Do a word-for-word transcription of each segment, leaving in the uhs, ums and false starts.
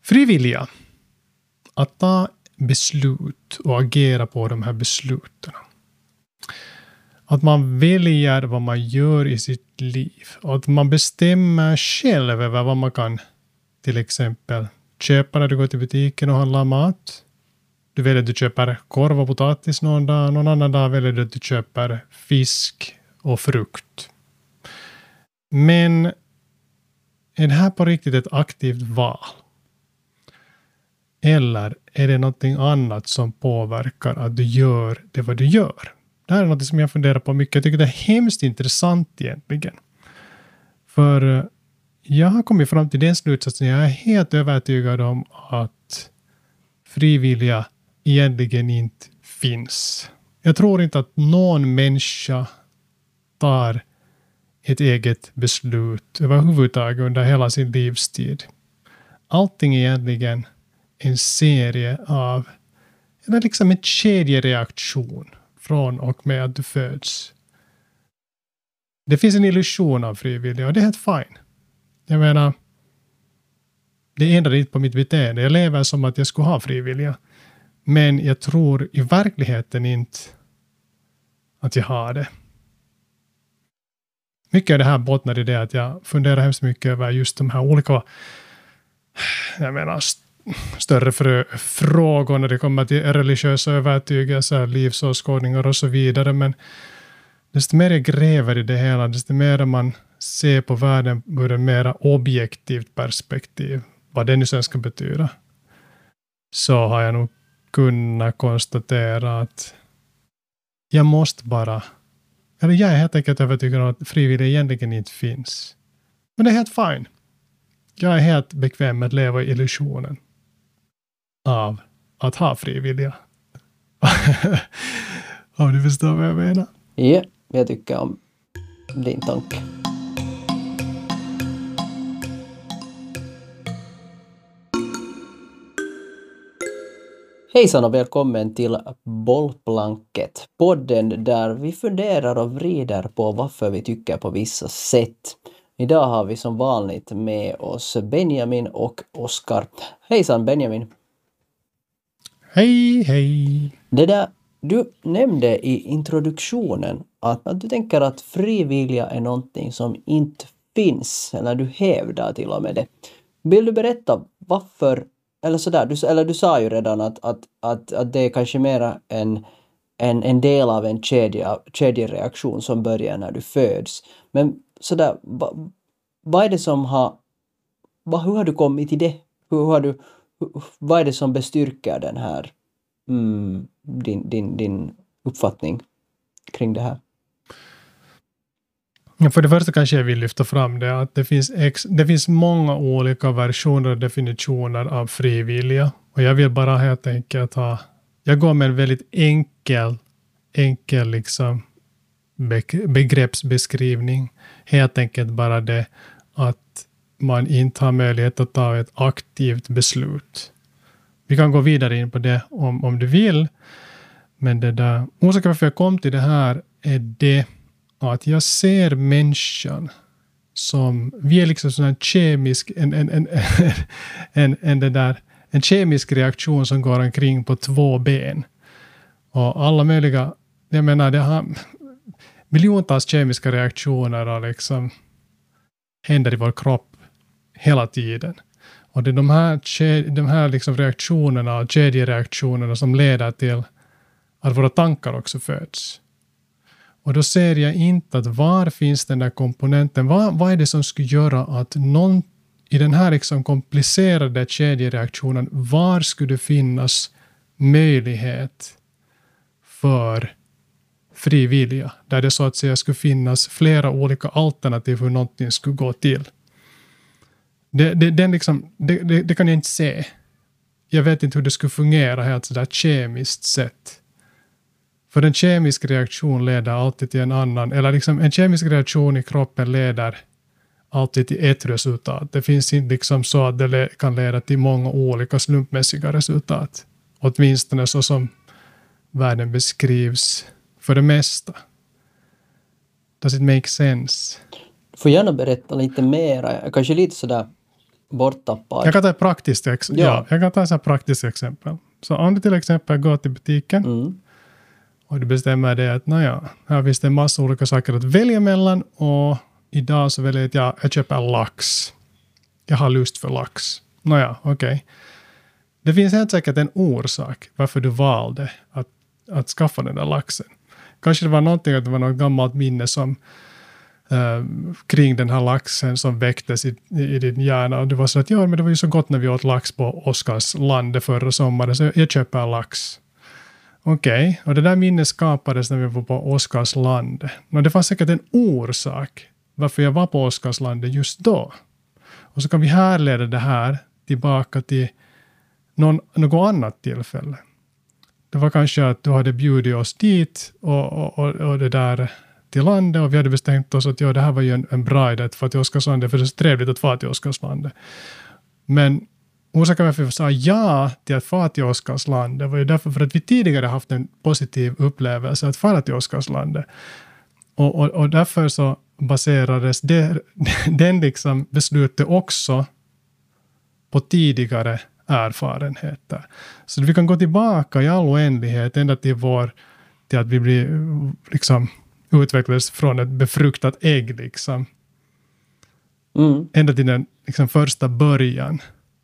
Frivilliga. Att ta beslut och agera på de här besluten. Att man väljer vad man gör i sitt liv. Och att man bestämmer själv över vad man kan till exempel köpa när du går till butiken och handlar mat. Du väljer att du köper korv och potatis någon dag. Någon annan dag väljer du att du köper fisk och frukt. Men är det här på riktigt ett aktivt val? Eller är det någonting annat som påverkar att du gör det vad du gör? Det här är något som jag funderar på mycket. Jag tycker det är hemskt intressant egentligen. För jag har kommit fram till den slutsatsen. Jag är helt övertygad om att frivilliga egentligen inte finns. Jag tror inte att någon människa tar ett eget beslut överhuvudtaget under hela sin livstid. Allting är egentligen en serie av, eller liksom en kedjereaktion från och med att du föds. Det finns en illusion av frivilliga och det är helt fine. Jag menar, det ändrar inte på mitt beteende. Jag lever som att jag skulle ha frivilliga. Men jag tror i verkligheten inte att jag har det. Mycket av det här bottnar i det att jag funderar hemskt mycket över just de här olika, jag menar, st- större frö- frågor när det kommer till religiösa övertygelser, livsåskådningar och så vidare. Men desto mer jag gräver i det hela, desto mer man ser på världen ur ett mer objektivt perspektiv, vad det nu sen ska betyda, så har jag nog kunnat konstatera att jag måste bara, eller jag är helt enkelt övertygad om att frivilliga egentligen inte finns. Men det är helt fine. Jag är helt bekväm med att leva i illusionen av att ha frivilliga. Om du förstår vad jag menar. Ja, jag tycker om din tanke. Hejsan och välkommen till Bollplanket, podden där vi funderar och vrider på varför vi tycker på vissa sätt. Idag har vi som vanligt med oss Benjamin och Oskar. Hejsan Benjamin! Hej, hej! Det där du nämnde i introduktionen att, att du tänker att frivilliga är någonting som inte finns, eller du hävdar till och med det. Vill du berätta varför, eller sådär, du, eller du sa ju redan att, att, att, att det är kanske mer en, en, en del av en kedja, kedjereaktion som börjar när du föds. Men sådär, vad, vad är det som har, vad, hur har du kommit till det? Hur har du, hur, vad är det som bestyrker den här Mm, din, din, din uppfattning kring det här? Ja, för det första kanske jag vill lyfta fram det att det finns, ex, det finns många olika versioner och definitioner av frivilliga. Och jag vill bara helt enkelt ha, jag går med en väldigt enkel, enkel liksom begreppsbeskrivning. Helt enkelt bara det att man inte har möjlighet att ta ett aktivt beslut. Vi kan gå vidare in på det om, om du vill. Men det där, orsaken varför jag kom till det här är det att jag ser människan som, vi är liksom sån här kemisk, en, en, en, en, en, det där, en kemisk reaktion som går omkring på två ben. Och alla möjliga, jag menar det har miljontals kemiska reaktioner och liksom händer i vår kropp hela tiden. Och det är de här, de här liksom reaktionerna och kedjereaktionerna som leder till att våra tankar också föds. Och då ser jag inte att var finns den där komponenten, vad, vad är det som skulle göra att någon i den här liksom komplicerade kedjereaktionen, var skulle det finnas möjlighet för frivilliga, där det så att säga skulle finnas flera olika alternativ hur någonting skulle gå till. Det, det, den liksom, det, det, det kan jag inte se. Jag vet inte hur det skulle fungera helt sådär kemiskt sett. För en kemisk reaktion leder alltid till en annan. Eller liksom en kemisk reaktion i kroppen leder alltid till ett resultat. Det finns inte liksom så att det kan leda till många olika slumpmässiga resultat. Åtminstone så som världen beskrivs för det mesta. Does it make sense? Får gärna berätta lite mer, kanske lite sådär borttappad. Jag kan ta ett praktiskt, ex- Ja. ja, jag kan ta ett så här praktiskt exempel. Så om du till exempel går till butiken Mm. och du bestämmer det att naja, här finns det en massa olika saker att välja mellan och idag så väljer jag att jag, jag köper lax. Jag har lust för lax. Nåja, okej. Okay. Det finns helt säkert en orsak varför du valde att, att skaffa den där laxen. Kanske det var någonting att det var något gammalt minne som Uh, kring den här laxen som väcktes i, i, i din hjärna. Och du var så att ja, men det var ju så gott när vi åt lax på Oskarslandet förra sommaren, så jag köper lax. Okej, okay. Och det där minnet skapades när vi var på Oskarslandet. Men det fanns säkert en orsak varför jag var på Oskarslandet just då. Och så kan vi härleda det här tillbaka till någon, något annat tillfälle. Det var kanske att du hade bjudit oss dit och, och, och, och det där till landet och vi hade bestämt oss att ja, det här var ju en, en bra idé att få till Oskarslandet, för det är så trevligt att få till Oskarslandet. Men orsaken varför vi sa ja till att få till Oskarslandet var ju därför för att vi tidigare haft en positiv upplevelse att fara till Oskarslandet. Och, och, och därför så baserades det, den liksom beslutet också på tidigare erfarenheter. Så vi kan gå tillbaka i all oändlighet ända till vår, till att vi blir liksom utvecklades från ett befruktat ägg liksom. Mm. Ända till den liksom första början.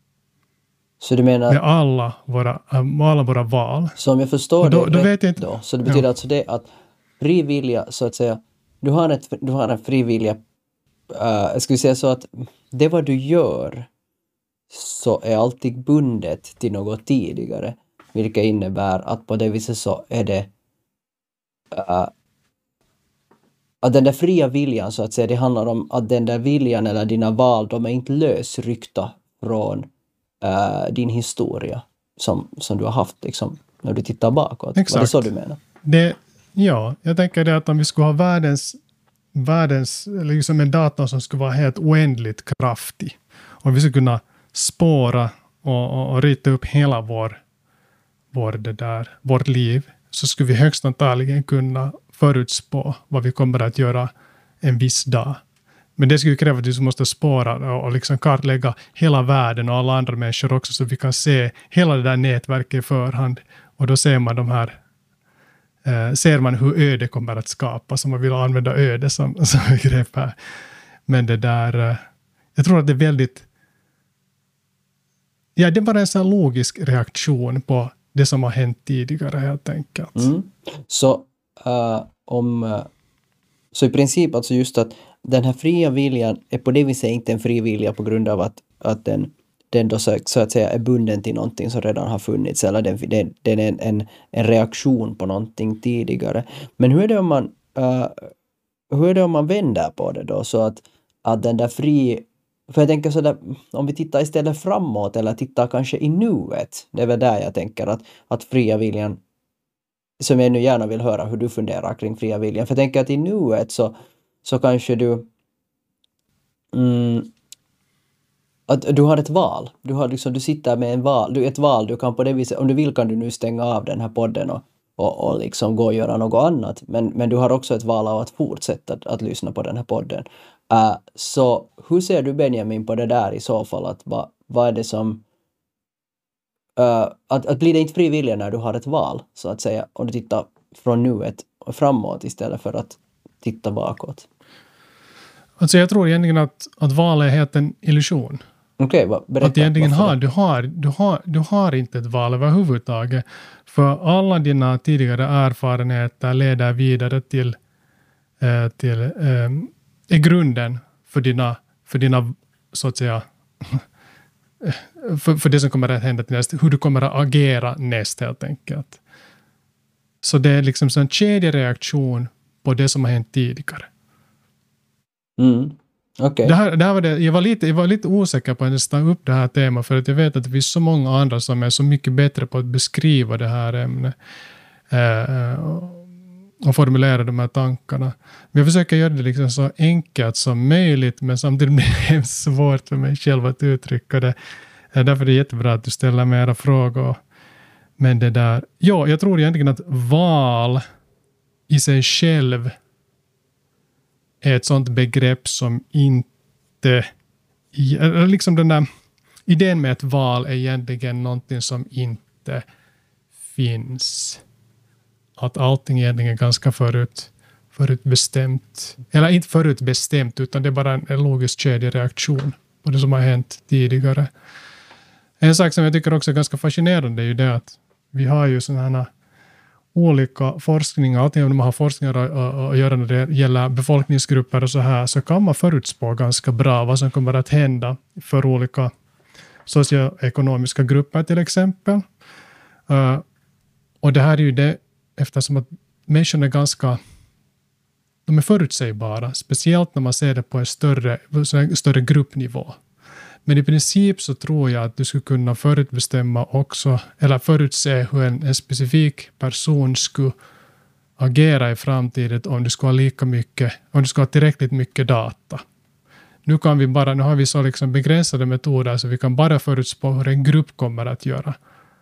Så du menar... Med alla våra, alla våra val. Så om jag förstår då, det då rätt vet jag inte, då, så det betyder ja. alltså det att fri vilja, så att säga, du har, ett, du har en fri vilja, uh, jag skulle säga så att det vad du gör så är alltid bundet till något tidigare, vilket innebär att på det viset så är det uh, att den där fria viljan, så att säga, det handlar om att den där viljan eller dina val, de är inte lösryckta från uh, din historia som, som du har haft liksom, när du tittar bakåt. Exakt. Var det så du menar? Det, ja, jag tänker det att om vi skulle ha världens, världens liksom en dator som skulle vara helt oändligt kraftig och vi skulle kunna spåra och, och, och rita upp hela vår, vår, det där, vårt liv, så skulle vi högst antagligen kunna förutspå vad vi kommer att göra en viss dag. Men det skulle kräva att vi måste spåra och, och liksom kartlägga hela världen och alla andra människor också, så vi kan se hela det där nätverket i förhand. Och då ser man de här eh, ser man hur öde kommer att skapas, om man vill använda öde som, som begrepp här. Men det där, eh, jag tror att det är väldigt, ja, det är bara en sån logisk reaktion på det som har hänt tidigare helt enkelt. Mm. Så uh, om uh, så i princip alltså just att den här fria viljan är på det viset inte en fri vilja på grund av att, att den, den då så, så att säga är bunden till någonting som redan har funnits, eller den, den, den är en, en, en reaktion på någonting tidigare. Men hur är det om man uh, hur är det om man vänder på det då, så att, att den där fri, för jag tänker så där, om vi tittar istället framåt eller tittar kanske i nuet, det är väl där jag tänker att, att fria viljan, som jag nu gärna vill höra hur du funderar kring fria viljan, för jag tänker att i nuet så, så kanske du mm, att du har ett val, du har liksom, du sitter med en val, du ett val, du kan på det viset, om du vill kan du nu stänga av den här podden och, och, och liksom gå och göra något annat, men, men du har också ett val av att fortsätta att, att lyssna på den här podden. Uh, så hur ser du, Benjamin, på det där i så fall, att vad, vad är det som uh, att, att blir det inte frivilligt när du har ett val, så att säga, om du tittar från nuet och framåt istället för att titta bakåt? Alltså jag tror egentligen att, att val är helt en illusion. Okej, okay, berätta. Att egentligen har, du, har, du, har, du har inte ett val överhuvudtaget. För alla dina tidigare erfarenheter leder vidare till, eh, till eh, är grunden för dina, för dina, så att säga, för, för det som kommer att hända till nästa, hur du kommer att agera näst helt enkelt. Så det är liksom en kedjereaktion på det som har hänt tidigare. Mm. Okay. Det här, det här var det, jag, var lite, jag var lite osäker på att ta upp det här temat, för att jag vet att det finns så många andra som är så mycket bättre på att beskriva det här ämnet eh, och formulera de här tankarna. Men jag försöker göra det liksom så enkelt som möjligt, men samtidigt blir det svårt för mig själv att uttrycka det. Därför är det jättebra att du ställer mera frågor. Men det där, ja, jag tror egentligen att val i sig själv är ett sånt begrepp som inte liksom den där idén med ett val är egentligen någonting som inte finns. Att allting egentligen är ganska förut, förutbestämt. Eller inte förutbestämt, utan det är bara en, en logisk kedjereaktion på det som har hänt tidigare. En sak som jag tycker också är ganska fascinerande är ju det att vi har ju sådana här olika forskningar, allting om man har forskningar att göra när det gäller befolkningsgrupper och så här, så kan man förutspå ganska bra vad som kommer att hända för olika socioekonomiska grupper till exempel. Uh, och det här är ju det eftersom att människorna är ganska de är förutsägbara, speciellt när man ser det på en större, en större gruppnivå. Men i princip så tror jag att du skulle kunna förutbestämma också, eller förutse hur en, en specifik person skulle agera i framtiden om du skulle ha lika mycket, om du skulle ha tillräckligt mycket data. Nu kan vi bara, nu har vi så liksom begränsade metoder så vi kan bara förutspå hur en grupp kommer att göra.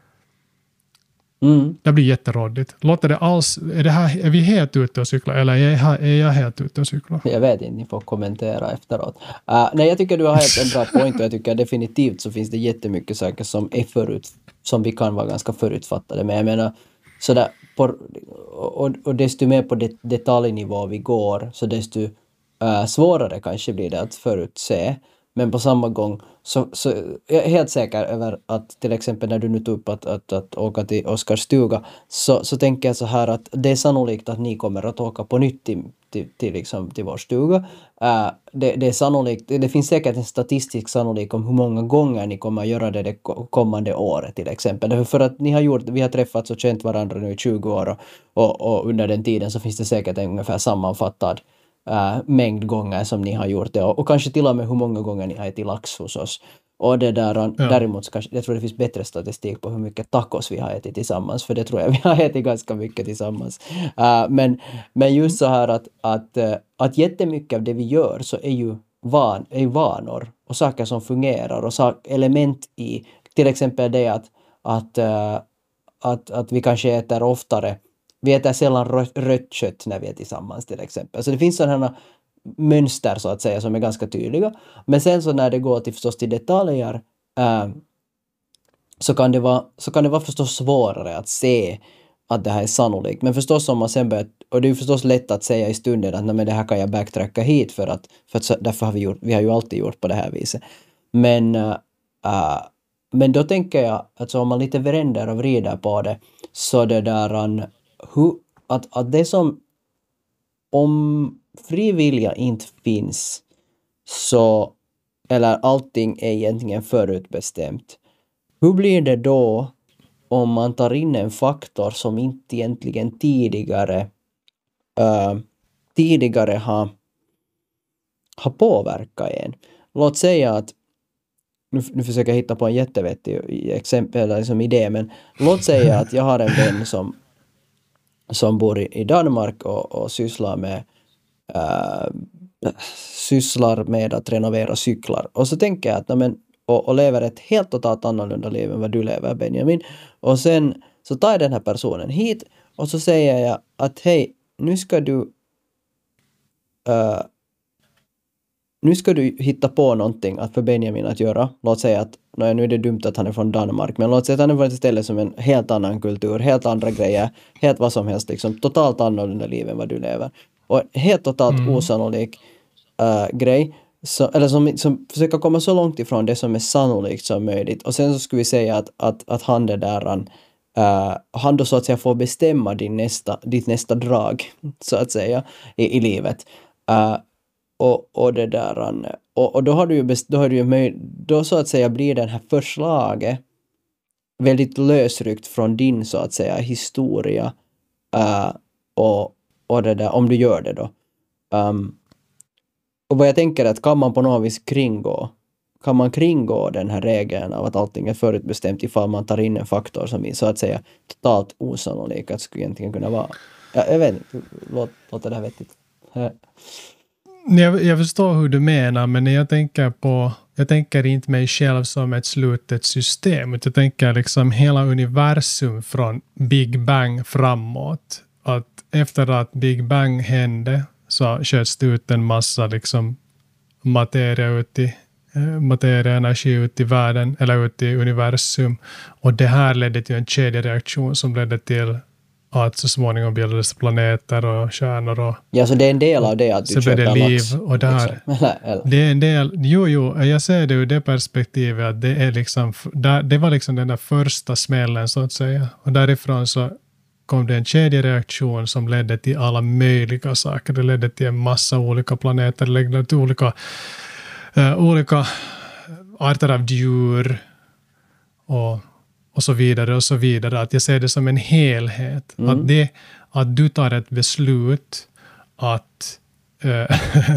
Mm. Det blir jätterådigt. Låter det alls, är, det här, är vi helt ute och cykla eller är jag, är jag helt ute och cykla? Jag vet inte, ni får kommentera efteråt. Uh, nej, jag tycker du har helt en bra point och jag tycker definitivt så finns det jättemycket saker som är förut, som vi kan vara ganska förutfattade. Men jag menar, sådär, på, och, och desto mer på det, detaljnivå vi går så desto uh, svårare kanske blir det att förutse. Men på samma gång så, så jag är helt säker över att till exempel när du nu tog upp att, att, att åka till Oskars stuga så, så tänker jag så här att det är sannolikt att ni kommer att åka på nytt till, till, till, liksom, till vår stuga. Uh, det, det är sannolikt, det finns säkert en statistisk sannolik om hur många gånger ni kommer att göra det det kommande året till exempel. För att ni har gjort, vi har träffats och känt varandra nu i tjugo år och, och, och under den tiden så finns det säkert en ungefär sammanfattad Uh, mängd gånger som ni har gjort det och, och kanske till och med hur många gånger ni har ätit lax hos oss. Och det där, ja. Däremot så kanske, jag tror det finns bättre statistik på hur mycket tacos vi har ätit tillsammans, för det tror jag vi har ätit ganska mycket tillsammans. Uh, men, men just så här att, att, uh, att jättemycket av det vi gör så är ju, van, är ju vanor och saker som fungerar och sak, element i till exempel det att, att, uh, att, att vi kanske äter oftare. Vi äter sällan rött, rött kött när vi är tillsammans till exempel. Så det finns sådana mönster så att säga som är ganska tydliga. Men sen så när det går till, förstås till detaljer äh, så, kan det vara, så kan det vara förstås svårare att se att det här är sannolikt. Men förstås om man sen börjar, och det är ju förstås lätt att säga i stunden att nej, men det här kan jag backtracka hit för att, för att därför har vi gjort, vi har ju alltid gjort på det här viset. Men, äh, men då tänker jag att om man lite vänder och vrider på det så det där hur, att, att det som om frivilliga inte finns så eller allting är egentligen förutbestämt. Hur blir det då om man tar in en faktor som inte egentligen tidigare uh, tidigare har, har påverkat en? Låt säga att nu, nu försöker jag hitta på en jättevettig exempel eller liksom idé, men låt säga att jag har en vän som som bor i, i Danmark och, och sysslar med äh, sysslar med att renovera cyklar. Och så tänker jag att men, och, och lever ett helt totalt annorlunda liv än vad du lever, Benjamin. Och sen så tar jag den här personen hit och så säger jag att hej, nu ska du äh, nu ska du hitta på någonting att för Benjamin att göra. Låt säga att, nej, nu är det dumt att han är från Danmark, men låt säga att han är från ett ställe som en helt annan kultur, helt andra grejer, helt vad som helst, liksom totalt annorlunda liv än vad du lever. Och helt totalt mm. osannolik uh, grej, så, eller som, som försöker komma så långt ifrån det som är sannolikt som möjligt. Och sen så skulle vi säga att, att, att han det där, han, uh, han då så att säga får bestämma din nästa, ditt nästa drag, så att säga, i, i livet. Uh, Och, och det där och, och då har du ju då har du ju möj, då så att säga blir den här förslaget väldigt lösryckt från din så att säga historia uh, och, och det där om du gör det då. Um, och vad jag tänker är att kan man på något vis kringgå kan man kringgå den här regeln av att allting är förutbestämt ifall man tar in en faktor som är så att säga totalt osannolik att skulle egentligen kunna vara. Ja, jag vet inte, låt, låt det här vettigt. Jag, jag förstår hur du menar, men jag tänker på jag tänker inte mig själv som ett slutet system, utan jag tänker liksom hela universum från Big Bang framåt. Att efter att Big Bang hände så sköts det ut en massa liksom materia ut i, materia, energi ut i världen eller ut i universum. Och det här ledde till en kedjereaktion som ledde till att så småningom bildades planeter och stjärnor. Och, ja, så det är en del av det att du så köper det liv lax. och där. Liksom. Eller, eller. Det är en del, jo, jo, jag ser det ur det perspektivet att det är liksom, där, det var liksom den där första smällen så att säga. Och därifrån så kom det en kedjereaktion som ledde till alla möjliga saker. Det ledde till en massa olika planeter, det ledde till olika, uh, olika arter av djur och, och så vidare och så vidare. Att jag ser det som en helhet. Mm. Att, det, att du tar ett beslut att uh,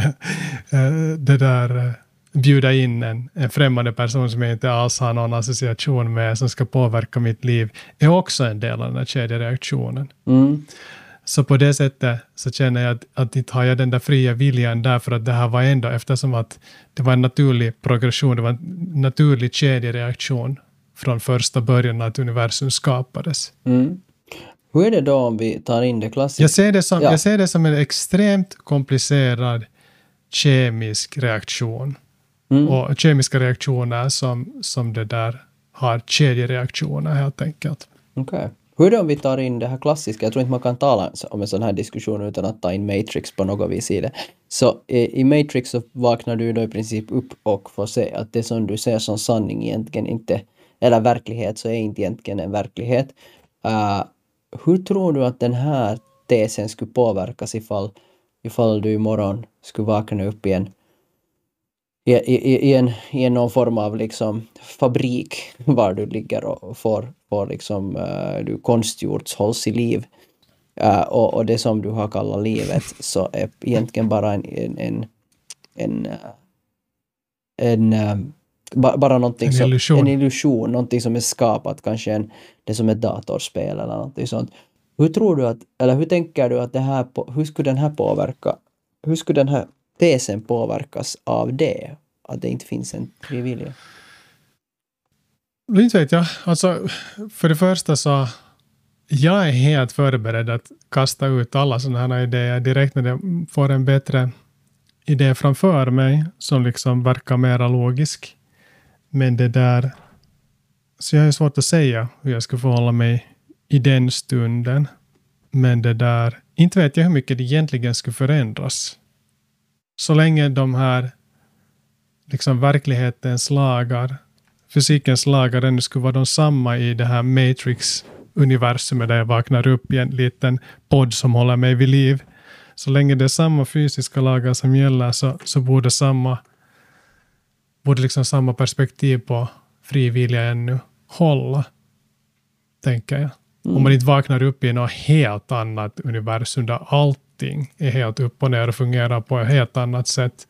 det där uh, bjuda in en, en främmande person som jag inte alls har någon association med som ska påverka mitt liv är också en del av den här kedjereaktionen. Mm. Så på det sättet så känner jag att, att inte har jag den där fria viljan därför att det här var ändå eftersom att det var en naturlig progression, det var en naturlig kedjereaktion från första början att universum skapades. Mm. Hur är det då om vi tar in det klassiska? Jag ser det som, ja. jag ser det som en extremt komplicerad kemisk reaktion. Mm. Och kemiska reaktioner som, som det där har kedjereaktioner helt enkelt. Okej. Okay. Hur är det om vi tar in det här klassiska? Jag tror inte man kan tala om en sån här diskussion utan att ta in Matrix på något vis i det. Så i, i Matrix så vaknar du då i princip upp och får se att det som du ser som sanning egentligen inte, eller verklighet så är inte egentligen en verklighet. Uh, hur tror du att den här tesen skulle påverkas ifall, ifall du imorgon skulle vakna upp igen I, i, i, en, i en någon form av liksom fabrik var du ligger och får, får liksom, uh, du konstgjorts hålls i liv uh, och, och det som du har kallat livet så är egentligen bara en en en, en, en uh, ba, bara någonting en som, illusion. en illusion, någonting som är skapat, kanske en, det som ett datorspel eller någonting sånt. Hur tror du att, eller hur tänker du att det här, hur skulle den här påverka, hur skulle den här tesen påverkas av det? Att det inte finns en fri vilja? Inte vet jag. Alltså, för det första så jag är helt förberedd att kasta ut alla sådana här idéer direkt när jag får en bättre idé framför mig som liksom verkar mer logisk. Men det där, så jag har svårt att säga hur jag ska förhålla mig i den stunden. Men det där, inte vet jag hur mycket det egentligen skulle förändras. Så länge de här liksom verklighetens lagar, fysikens lagar ännu skulle vara de samma i det här Matrix-universumet där jag vaknar upp i en liten podd som håller mig vid liv. Så länge det är samma fysiska lagar som gäller så, så borde samma borde liksom samma perspektiv på frivilliga ännu hålla, tänker jag. Mm. Om man inte vaknar upp i något helt annat universum där allting är helt upp och ner och fungerar på ett helt annat sätt.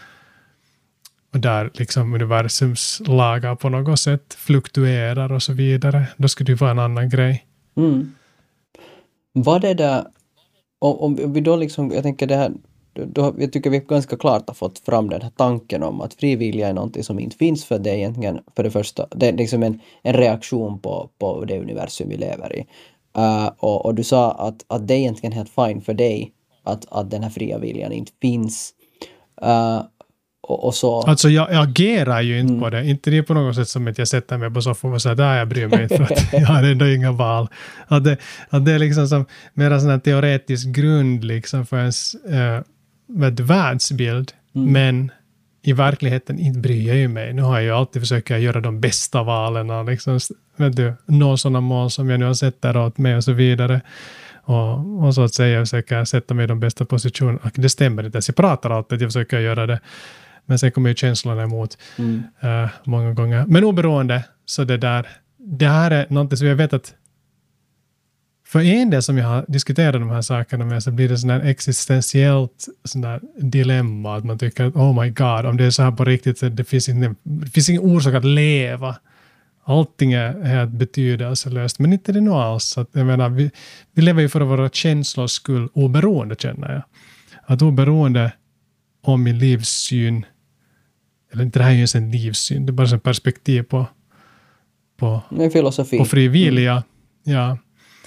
Och där liksom universums lagar på något sätt fluktuerar och så vidare. Då skulle det vara en annan grej. Mm. Vad är det, om, om vi då liksom, jag tänker det här, då, jag tycker vi ganska klart har fått fram den här tanken om att frivilliga är någonting som inte finns för det egentligen, för det första, det är liksom en, en reaktion på, på det universum vi lever i. Uh, och, och du sa att, att det är egentligen helt fine för dig att, att den här fria viljan inte finns. Uh, och, och så... Alltså jag, jag agerar ju inte mm. på det. Inte det på något sätt som att jag sätter mig på soffan och säger att jag bryr mig inte för att jag har ändå inga val. Att det, att det är liksom som mer sån här teoretisk grund liksom för ens uh, med världsbild. Mm. Men i verkligheten inte bryr jag ju mig. Nu har jag ju alltid försökt göra de bästa valen och liksom, vet du, nå sådana mål som jag nu har sett där åt mig och så vidare. Och, och så att säga försöka sätta mig i de bästa positionerna. Det stämmer inte ens. Jag pratar alltid att jag försöker göra det. Men sen kommer ju känslorna emot mm. uh, många gånger. Men oberoende så det där, det här är något som jag vet att för en del som jag har diskuterat de här sakerna med så blir det sån här existentiellt sån där dilemma att man tycker att oh my god, om det är så här på riktigt så det finns, inte, det finns ingen orsak att leva. Allting är helt betydelselöst, men inte det nog alls. Att, jag menar, vi, vi lever ju för att vara känslors skull oberoende, känner jag. Att oberoende om min livssyn, eller inte det här är ju ens en livssyn, det är bara en perspektiv på på, en filosofi. På frivilliga. Mm. Ja.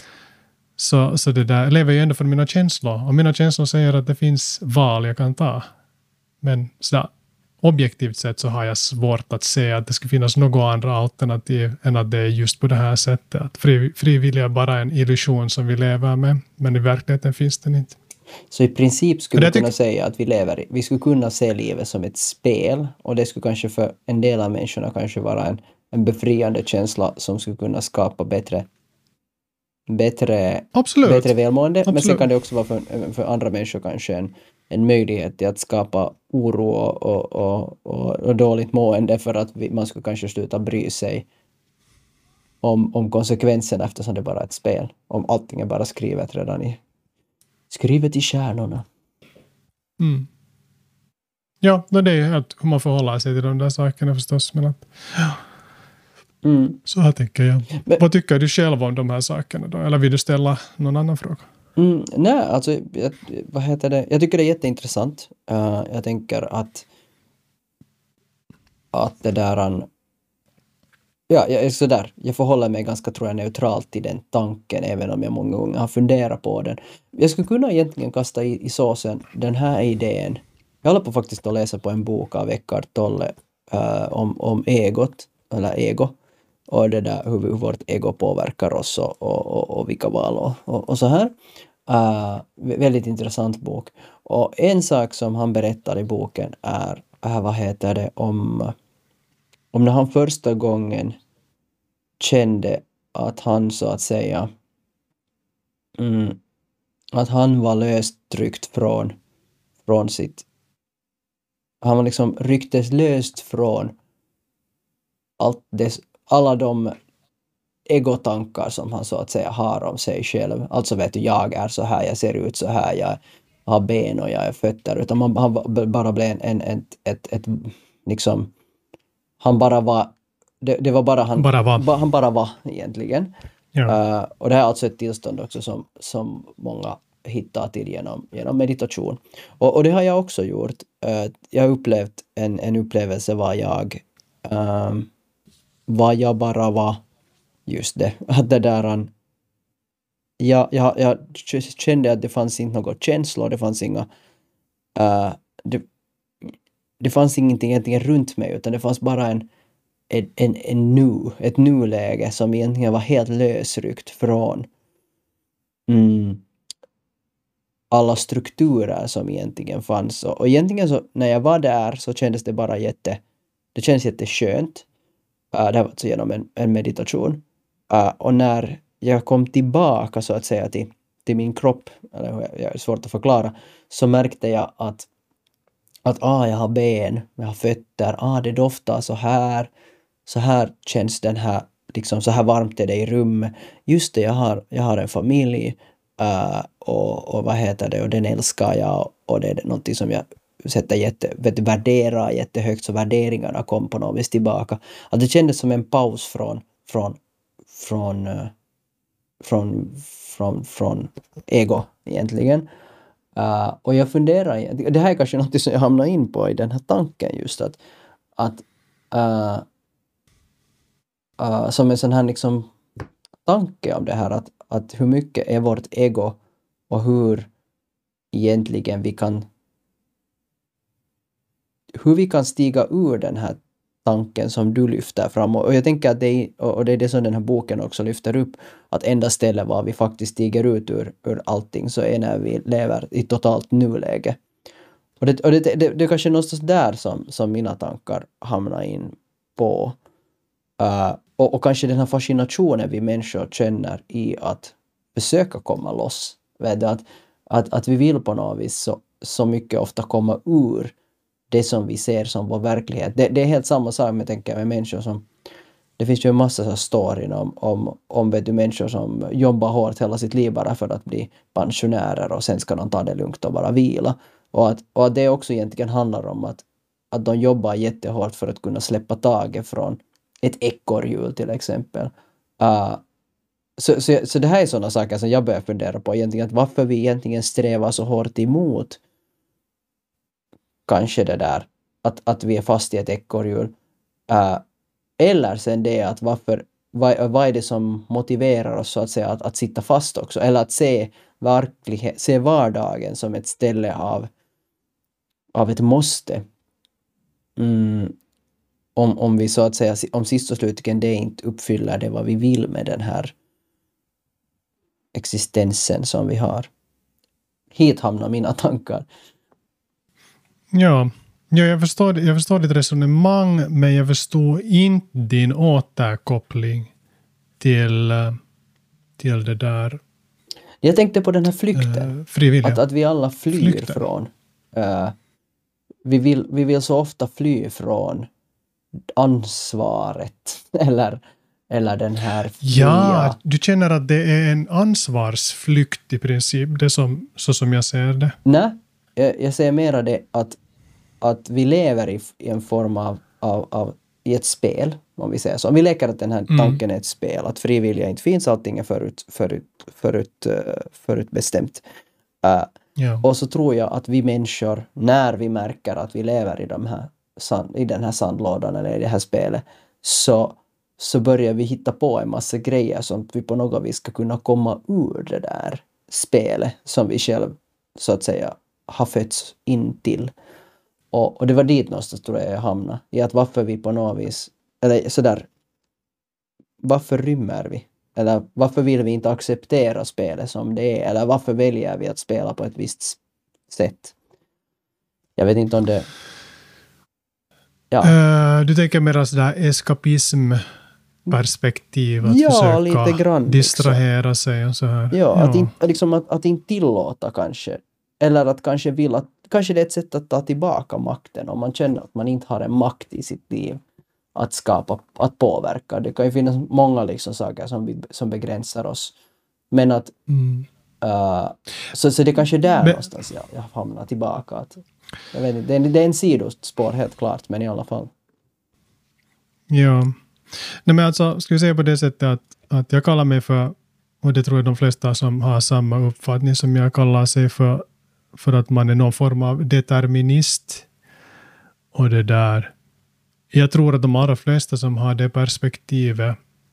Så, så det där lever ju ändå för mina känslor. Och mina känslor säger att det finns val jag kan ta. Men sådär, objektivt sett så har jag svårt att se att det skulle finnas några andra alternativ än att det är just på det här sättet. Att fri, frivilliga är bara en illusion som vi lever med, men i verkligheten finns den inte. Så i princip skulle vi kunna tyck- säga att vi lever, vi skulle kunna se livet som ett spel, och det skulle kanske för en del av människorna kanske vara en, en befriande känsla som skulle kunna skapa bättre bättre, Absolut. bättre välmående. Absolut. Men sen kan det också vara för, för andra människor kanske en, en möjlighet till att skapa oro och, och, och, och, och dåligt mående, för att vi, man skulle kanske sluta bry sig om, om konsekvenserna, eftersom det bara är ett spel. Om allting är bara skrivet redan i skrivet i stjärnorna. Mm. Ja, det är ju helt hur man förhåller sig till de där sakerna förstås. Men att, ja. Mm. Så här tänker jag. Men, Vad tycker du själv om de här sakerna då? Eller vill du ställa någon annan fråga? mm, nej, alltså, jag, vad heter det? Jag tycker det är jätteintressant. Uh, jag tänker att att det där an, ja, jag är sådär. Jag förhåller mig ganska, tror jag, neutralt till den tanken, även om jag många gånger har funderat på den. Jag skulle kunna egentligen kasta i, i såsen den här idén. Jag håller på faktiskt att läsa på en bok av Eckhart Tolle uh, om, om egot, eller ego. Och det där hur, hur vårt ego påverkar oss och, och, och, och vilka val och, och, och så här. Uh, väldigt intressant bok. Och en sak som han berättar i boken är, är vad heter det, om, om när han första gången kände att han så att säga mm, att han var löst tryckt från, från sitt, han var liksom rycktes löst från allt det, alla de egotankar som han så att säga har om sig själv. Alltså vet du, jag är så här, jag ser ut så här, jag har ben och jag är fötter. Utan man han bara blev en, en, ett, ett, ett, liksom, han bara var, det, det var bara han, Bara var. Ba, han bara var egentligen. Ja. Uh, och det här är alltså ett tillstånd också som, som många hittar till genom, genom meditation. Och, och det har jag också gjort. Uh, jag har upplevt en, en upplevelse var jag um, var jag bara var. Just det, att det där han, jag, jag, jag kände att det fanns inte något känslor, det fanns inga uh, det, det fanns ingenting egentligen runt mig, utan det fanns bara en, en, en, en nu, ett nuläge som egentligen var helt lösryckt från mm, alla strukturer som egentligen fanns. Och, och egentligen så, när jag var där så kändes det bara jätte, det kändes jätteskönt. Uh, det var alltså genom en, en meditation. Uh, och när jag kom tillbaka så att säga till, till min kropp, eller jag är svårt att förklara, så märkte jag att, att ah, jag har ben, jag har fötter, ah, det doftar så här, så här känns den här, liksom så här varmt är det i rummet. Just det, jag har, jag har en familj uh, och, och vad heter det, och den älskar jag, och det är någonting som jag sätter jätte, vet, värderar jättehögt, så värderingarna kom på något vis tillbaka. Att det kändes som en paus från från från uh, från från från ego egentligen. Uh, och jag funderar, det här är kanske något som jag hamnar in på i den här tanken, just att att uh, uh, som en sån här liksom tanke om det här, att, att hur mycket är vårt ego och hur egentligen vi kan hur vi kan stiga ur den här tanken som du lyfter fram. Och jag tänker att det är, och det är det som den här boken också lyfter upp, att enda stället var vi faktiskt stiger ut ur, ur allting så är när vi lever i totalt nuläge. Och det, och det, det, det, det är kanske någonstans där som, som mina tankar hamnar in på. Uh, och, och kanske den här fascinationen vi människor känner i att försöka komma loss. Vet du, att, att, att vi vill på något vis så, så mycket ofta komma ur det som vi ser som vår verklighet. Det, det är helt samma sak med, tänker jag, med människor som... Det finns ju en massa så storyn om, om, om vet du, människor som jobbar hårt hela sitt liv bara för att bli pensionärer, och sen ska de ta det lugnt och bara vila. Och att, och att det också egentligen handlar om att, att de jobbar jättehårt för att kunna släppa taget från ett ekorrhjul till exempel. Uh, så, så, så det här är sådana saker som jag börjar fundera på egentligen, att varför vi egentligen strävar så hårt emot kanske det där, att, att vi är fast i ett ekorrhjul. Uh, eller sen det att varför, vad, vad är det som motiverar oss så att säga att, att sitta fast också, eller att se, verklighet, se vardagen som ett ställe av, av ett måste. mm, om, om vi så att säga, om sist och slutligen det inte uppfyller det vad vi vill med den här existensen som vi har. Hit hamnar mina tankar. Ja, ja jag, förstår, jag förstår ditt resonemang, men jag förstår inte din återkoppling till, eh, till det där Jag tänkte på den här flykten. eh, frivilliga. Att, att vi alla flyr Flykten. från. eh, vi, vill, vi vill så ofta fly från ansvaret. Eller, eller den här fria... Ja, du känner att det är en ansvarsflykt i princip, det som, så som jag ser det. Nej, jag, jag säger mera det att, att vi lever i, i en form av, av, av i ett spel, om vi säger så. Om vi leker att den här tanken är ett spel, att frivilliga inte finns, allting är förut, förut, förut, uh, förutbestämt. Uh, Ja. och så tror jag att vi människor, när vi märker att vi lever i, de här, sand, i den här sandlådan eller i det här spelet, så, så börjar vi hitta på en massa grejer som vi på något vis ska kunna komma ur det där spelet som vi själv så att säga har fötts in till. Och, och det var dit någonstans tror jag jag hamnade. I att varför vi på något vis, eller sådär, varför rymmer vi? Eller varför vill vi inte acceptera spelet som det är? Eller varför väljer vi att spela på ett visst sätt? Jag vet inte om det... Ja, Uh, du tänker mer sådär eskapismperspektiv, att ja försöka lite grann, distrahera sig och så här. ja, Att, in, liksom att, att inte tillåta kanske. Eller att kanske vill att, kanske det är ett sätt att ta tillbaka makten om man känner att man inte har en makt i sitt liv att skapa, att påverka. Det kan ju finnas många liksom saker som, vi, som begränsar oss. Men att Mm. uh, så, så det kanske är där Men, någonstans jag, jag hamnar tillbaka. Att, jag vet inte, det, är, det är en sidospår helt klart, men i alla fall. Ja. Nej, men alltså, ska vi säga på det sättet att, att jag kallar mig för, och det tror jag de flesta som har samma uppfattning som jag kallar sig för, för att man är någon form av determinist. Och det där. Jag tror att de allra flesta som har det perspektivet,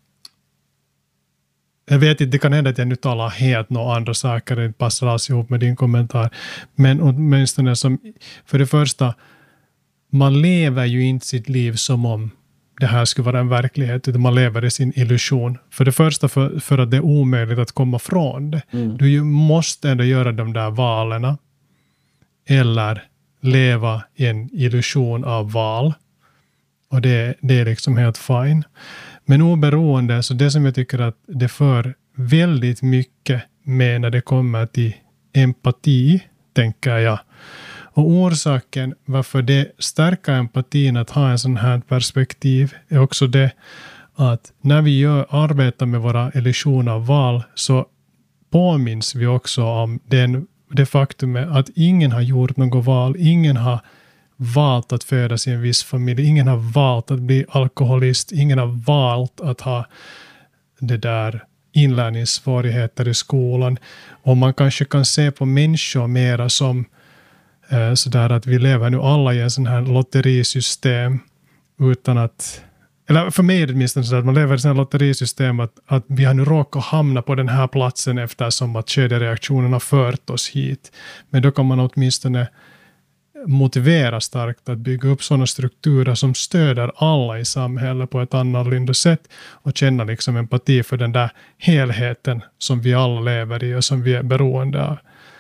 jag vet inte, det kan hända att jag nu talar helt några andra saker, det passar alls ihop med din kommentar, men åtminstone som, för det första, man lever ju inte sitt liv som om det här skulle vara en verklighet, utan man lever i sin illusion. För det första för, för att det är omöjligt att komma från det. Mm. Du ju måste ändå göra de där valen eller leva i en illusion av val. Och det, det är liksom helt fine. Men oberoende, så det som jag tycker att det för väldigt mycket med när det kommer till empati, tänker jag. Och orsaken varför det stärker empatin att ha en sån här perspektiv är också det att när vi gör, arbetar med våra illusioner av val så påminns vi också om den, det faktum att ingen har gjort något val, ingen har valt att födas i en viss familj, ingen har valt att bli alkoholist, ingen har valt att ha det där inlärningssvårigheter i skolan. Och man kanske kan se på människor mera som eh, sådär att vi lever nu alla i en sån här lotterisystem utan att, eller för mig är det åtminstone så att man lever i ett sånt här lotterisystem att, att vi har nu råkat hamna på den här platsen eftersom att kedjereaktionen har fört oss hit. Men då kan man åtminstone motivera starkt att bygga upp sådana strukturer som stöder alla i samhället på ett annorlunda sätt och känna liksom empati för den där helheten som vi alla lever i och som vi är beroende av.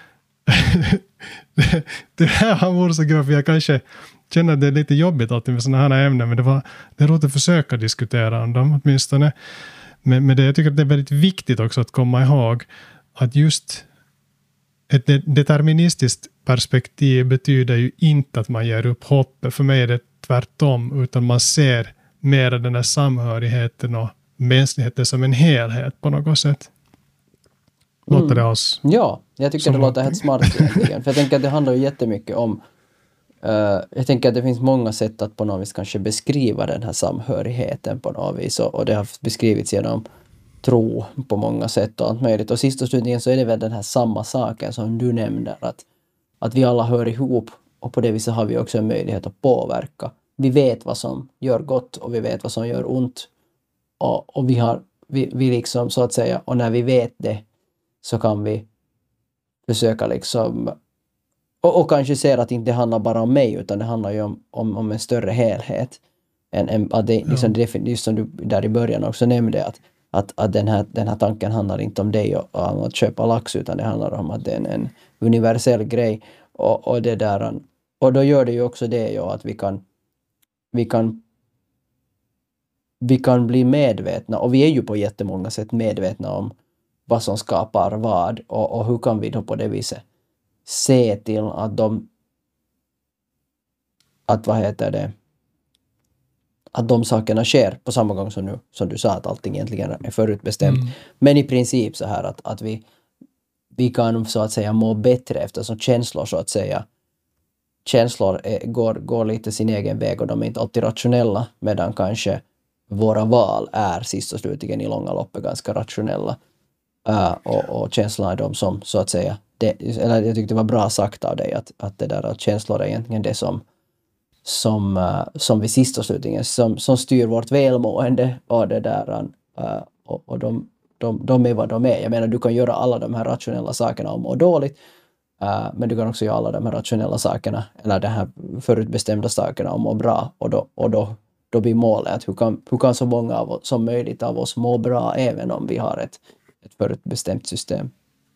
det, det här har orsakat varför jag kanske känner att det är lite jobbigt alltid med sådana här ämnen, men det, var, det är roligt att försöka diskutera om dem åtminstone. Men, men det, jag tycker att det är väldigt viktigt också att komma ihåg att just ett deterministiskt perspektiv betyder ju inte att man ger upp hoppet. För mig är det tvärtom, utan man ser mer den här samhörigheten och mänskligheten som en helhet på något sätt. Låter Mm. det oss? Ja, jag tycker det låter helt smart egentligen. För jag tänker att det handlar ju jättemycket om uh, jag tänker att det finns många sätt att på något vis kanske beskriva den här samhörigheten på något vis. Och, och det har beskrivits genom tro på många sätt och allt möjligt. Och sist och slutligen så är det väl den här samma saken som du nämnde. Att, att vi alla hör ihop och på det viset har vi också en möjlighet att påverka. Vi vet vad som gör gott och vi vet vad som gör ont. Och, och vi har, vi, vi liksom så att säga, och när vi vet det så kan vi försöka liksom Och, och kanske ser att det inte handlar bara om mig, utan det handlar ju om, om, om en större helhet. En, en, att det, liksom, Ja. det, just som du där i början också nämnde, att, att, att den, här, den här tanken handlar inte om dig och, och om att köpa lax, utan det handlar om att det är en, en universell grej. Och, och, det där, och då gör det ju också det ju att vi kan, vi kan vi kan bli medvetna, och vi är ju på jättemånga sätt medvetna om vad som skapar vad, och, och hur kan vi då på det viset se till att de att vad heter det att de sakerna sker på samma gång som nu, som du sa, att allting egentligen är förutbestämt. Mm. Men i princip så här att, att vi vi kan så att säga må bättre, eftersom känslor så att säga känslor är, går, går lite sin egen väg, och de är inte alltid rationella, medan kanske våra val är sist och slutligen i långa loppet ganska rationella. Uh, och, och känslorna är de som så att säga, det, eller jag tyckte det var bra sagt av dig att, att det där att känslor är egentligen det som som, uh, som vi sist och slutligen som, som styr vårt välmående, och det där uh, och, och de, de, de är vad de är. Jag menar, du kan göra alla de här rationella sakerna och må dåligt, uh, men du kan också göra alla de här rationella sakerna, eller de här förutbestämda sakerna och må bra, och då, och då då blir målet att hur kan, hur kan så många av oss, som möjligt av oss må bra även om vi har ett, ett förutbestämt system.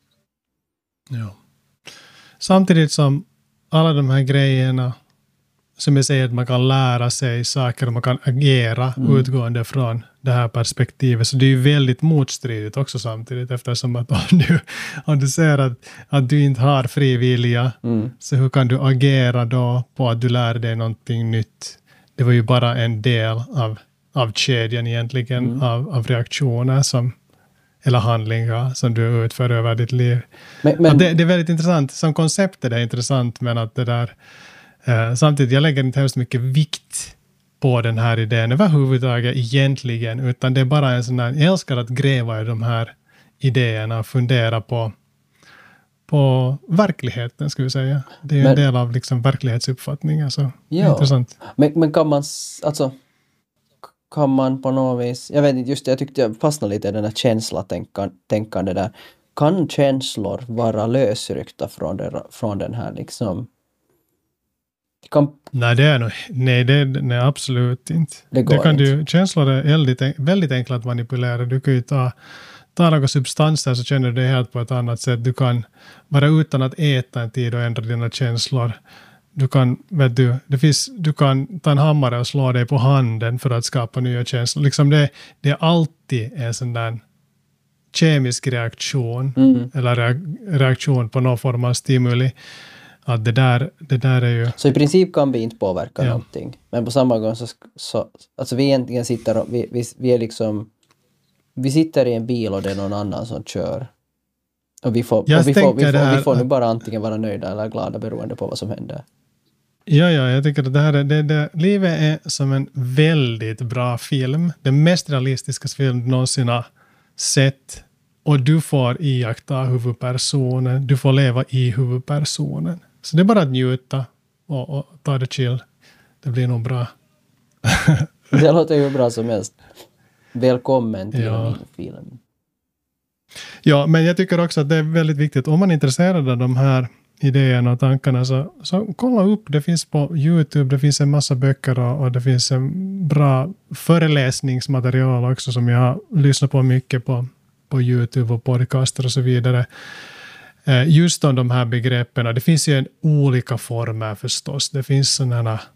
Ja. Samtidigt som alla de här grejerna, som jag säger, att man kan lära sig saker och man kan agera mm. utgående från det här perspektivet, så det är ju väldigt motstridigt också samtidigt, eftersom att om du, om du ser att, att du inte har fri vilja, mm. så hur kan du agera då på att du lär dig någonting nytt? Det var ju bara en del av, av kedjan egentligen, mm. av, av reaktioner som, eller handlingar som du utför över ditt liv. Men, men, det, det är väldigt intressant, som koncept är det intressant, men att det där, eh, samtidigt, jag lägger inte hemskt mycket vikt på den här idén överhuvudtaget egentligen, utan det är bara en sån där, jag älskar att gräva i de här idéerna och fundera på på verkligheten, skulle vi säga. Det är ju men, en del av liksom verklighetsuppfattningen, så ja, intressant. Men, men kan man, alltså, kan man på något vis, jag vet inte, just det, jag tyckte jag fastnade lite i den här känsla-tänkande där. Kan känslor vara lösryckta från, det, från den här liksom? Kan, nej, det är nog, nej, det, nej, absolut inte. Det går det kan inte. Du, känslor är väldigt, väldigt enkla att manipulera. Du kan ju ta ta några substanser, så känner du dig helt på ett annat sätt. Du kan vara utan att äta en tid och ändra dina känslor. Du kan, vet du, det finns, du kan ta en hammare och slå dig på handen för att skapa nya känslor. Liksom det, det är alltid en sån där kemisk reaktion, mm. eller reaktion på någon form av stimuli. Att det där, det där är ju... Så i princip kan vi inte påverka ja. någonting. Men på samma gång så, så alltså vi egentligen sitter och, vi, vi, vi är liksom vi sitter i en bil och det är någon annan som kör. Och vi får, och vi får, vi får, här, vi får nu bara antingen vara nöjda eller glada beroende på vad som händer. Ja, ja, jag tycker att det här är, det, det, livet är som en väldigt bra film. Den mest realistiska film du någonsin har sett. Och du får iaktta huvudpersonen. Du får leva i huvudpersonen. Så det är bara att njuta och, och ta det chill. Det blir nog bra. Det låter ju bra som helst. Välkommen till ja. min film. Ja, men jag tycker också att det är väldigt viktigt. Om man är intresserad av de här idéerna och tankarna, så, så kolla upp. Det finns på YouTube, det finns en massa böcker och, och det finns en bra föreläsningsmaterial också som jag har lyssnat på mycket på, på YouTube och podcaster och så vidare. Eh, just om de här begreppen. Det finns ju en olika former förstås. Det finns sådana här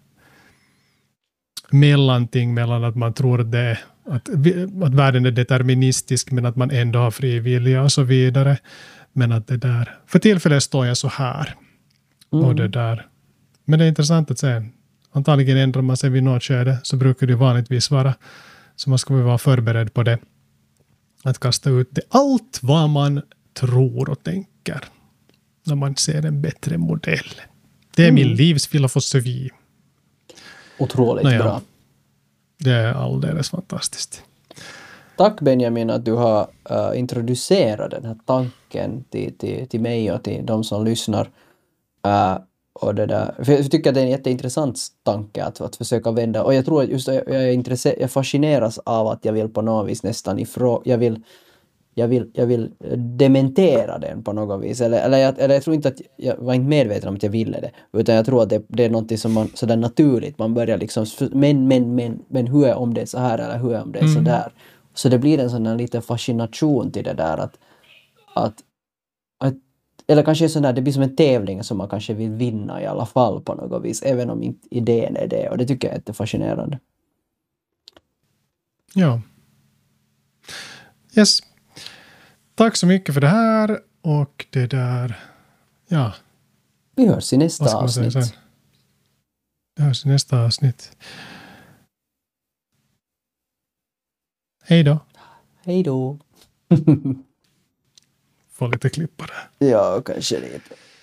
mellanting mellan att man tror att det är Att, att världen är deterministisk, men att man ändå har fri vilja och så vidare. Men att det där, för tillfället står jag så här. Mm. Och det där. Men det är intressant att se. Antagligen ändrar man sig vid något skede, så brukar det vanligtvis vara. Så man ska vara förberedd på det. Att kasta ut det. Allt vad man tror och tänker. När man ser en bättre modell. Det är mm. min livsfilosofi. Otroligt Naja. bra. Det är alldeles fantastiskt. Tack Benjamin att du har uh, introducerat den här tanken till, till, till mig och till de som lyssnar. Uh, och det där. För jag tycker att det är en jätteintressant tanke att, att försöka vända. Och jag tror att just jag, jag, är intresserad, jag fascineras av att jag vill på något vis nästan ifrån. Jag vill, jag vill, jag vill dementera den på något vis. Eller, eller, jag, eller jag tror inte att jag var inte medveten om att jag ville det. Utan jag tror att det, det är något som man sådär naturligt. Man börjar liksom, men, men, men, men hur är om det är så här eller hur är om det är Mm. så där. Så det blir en sån här liten fascination till det där att, att, att eller kanske sån där, det blir som en tävling som man kanske vill vinna i alla fall på något vis. Även om inte idén är det. Och det tycker jag är jättefascinerande. Ja. Yes. Tack så mycket för det här. Och det där... Ja. Vi hörs i nästa Vad ska man säga avsnitt. sen? Det hörs i nästa avsnitt. Hej då. Hej då. Får lite klippare. Ja, kanske lite.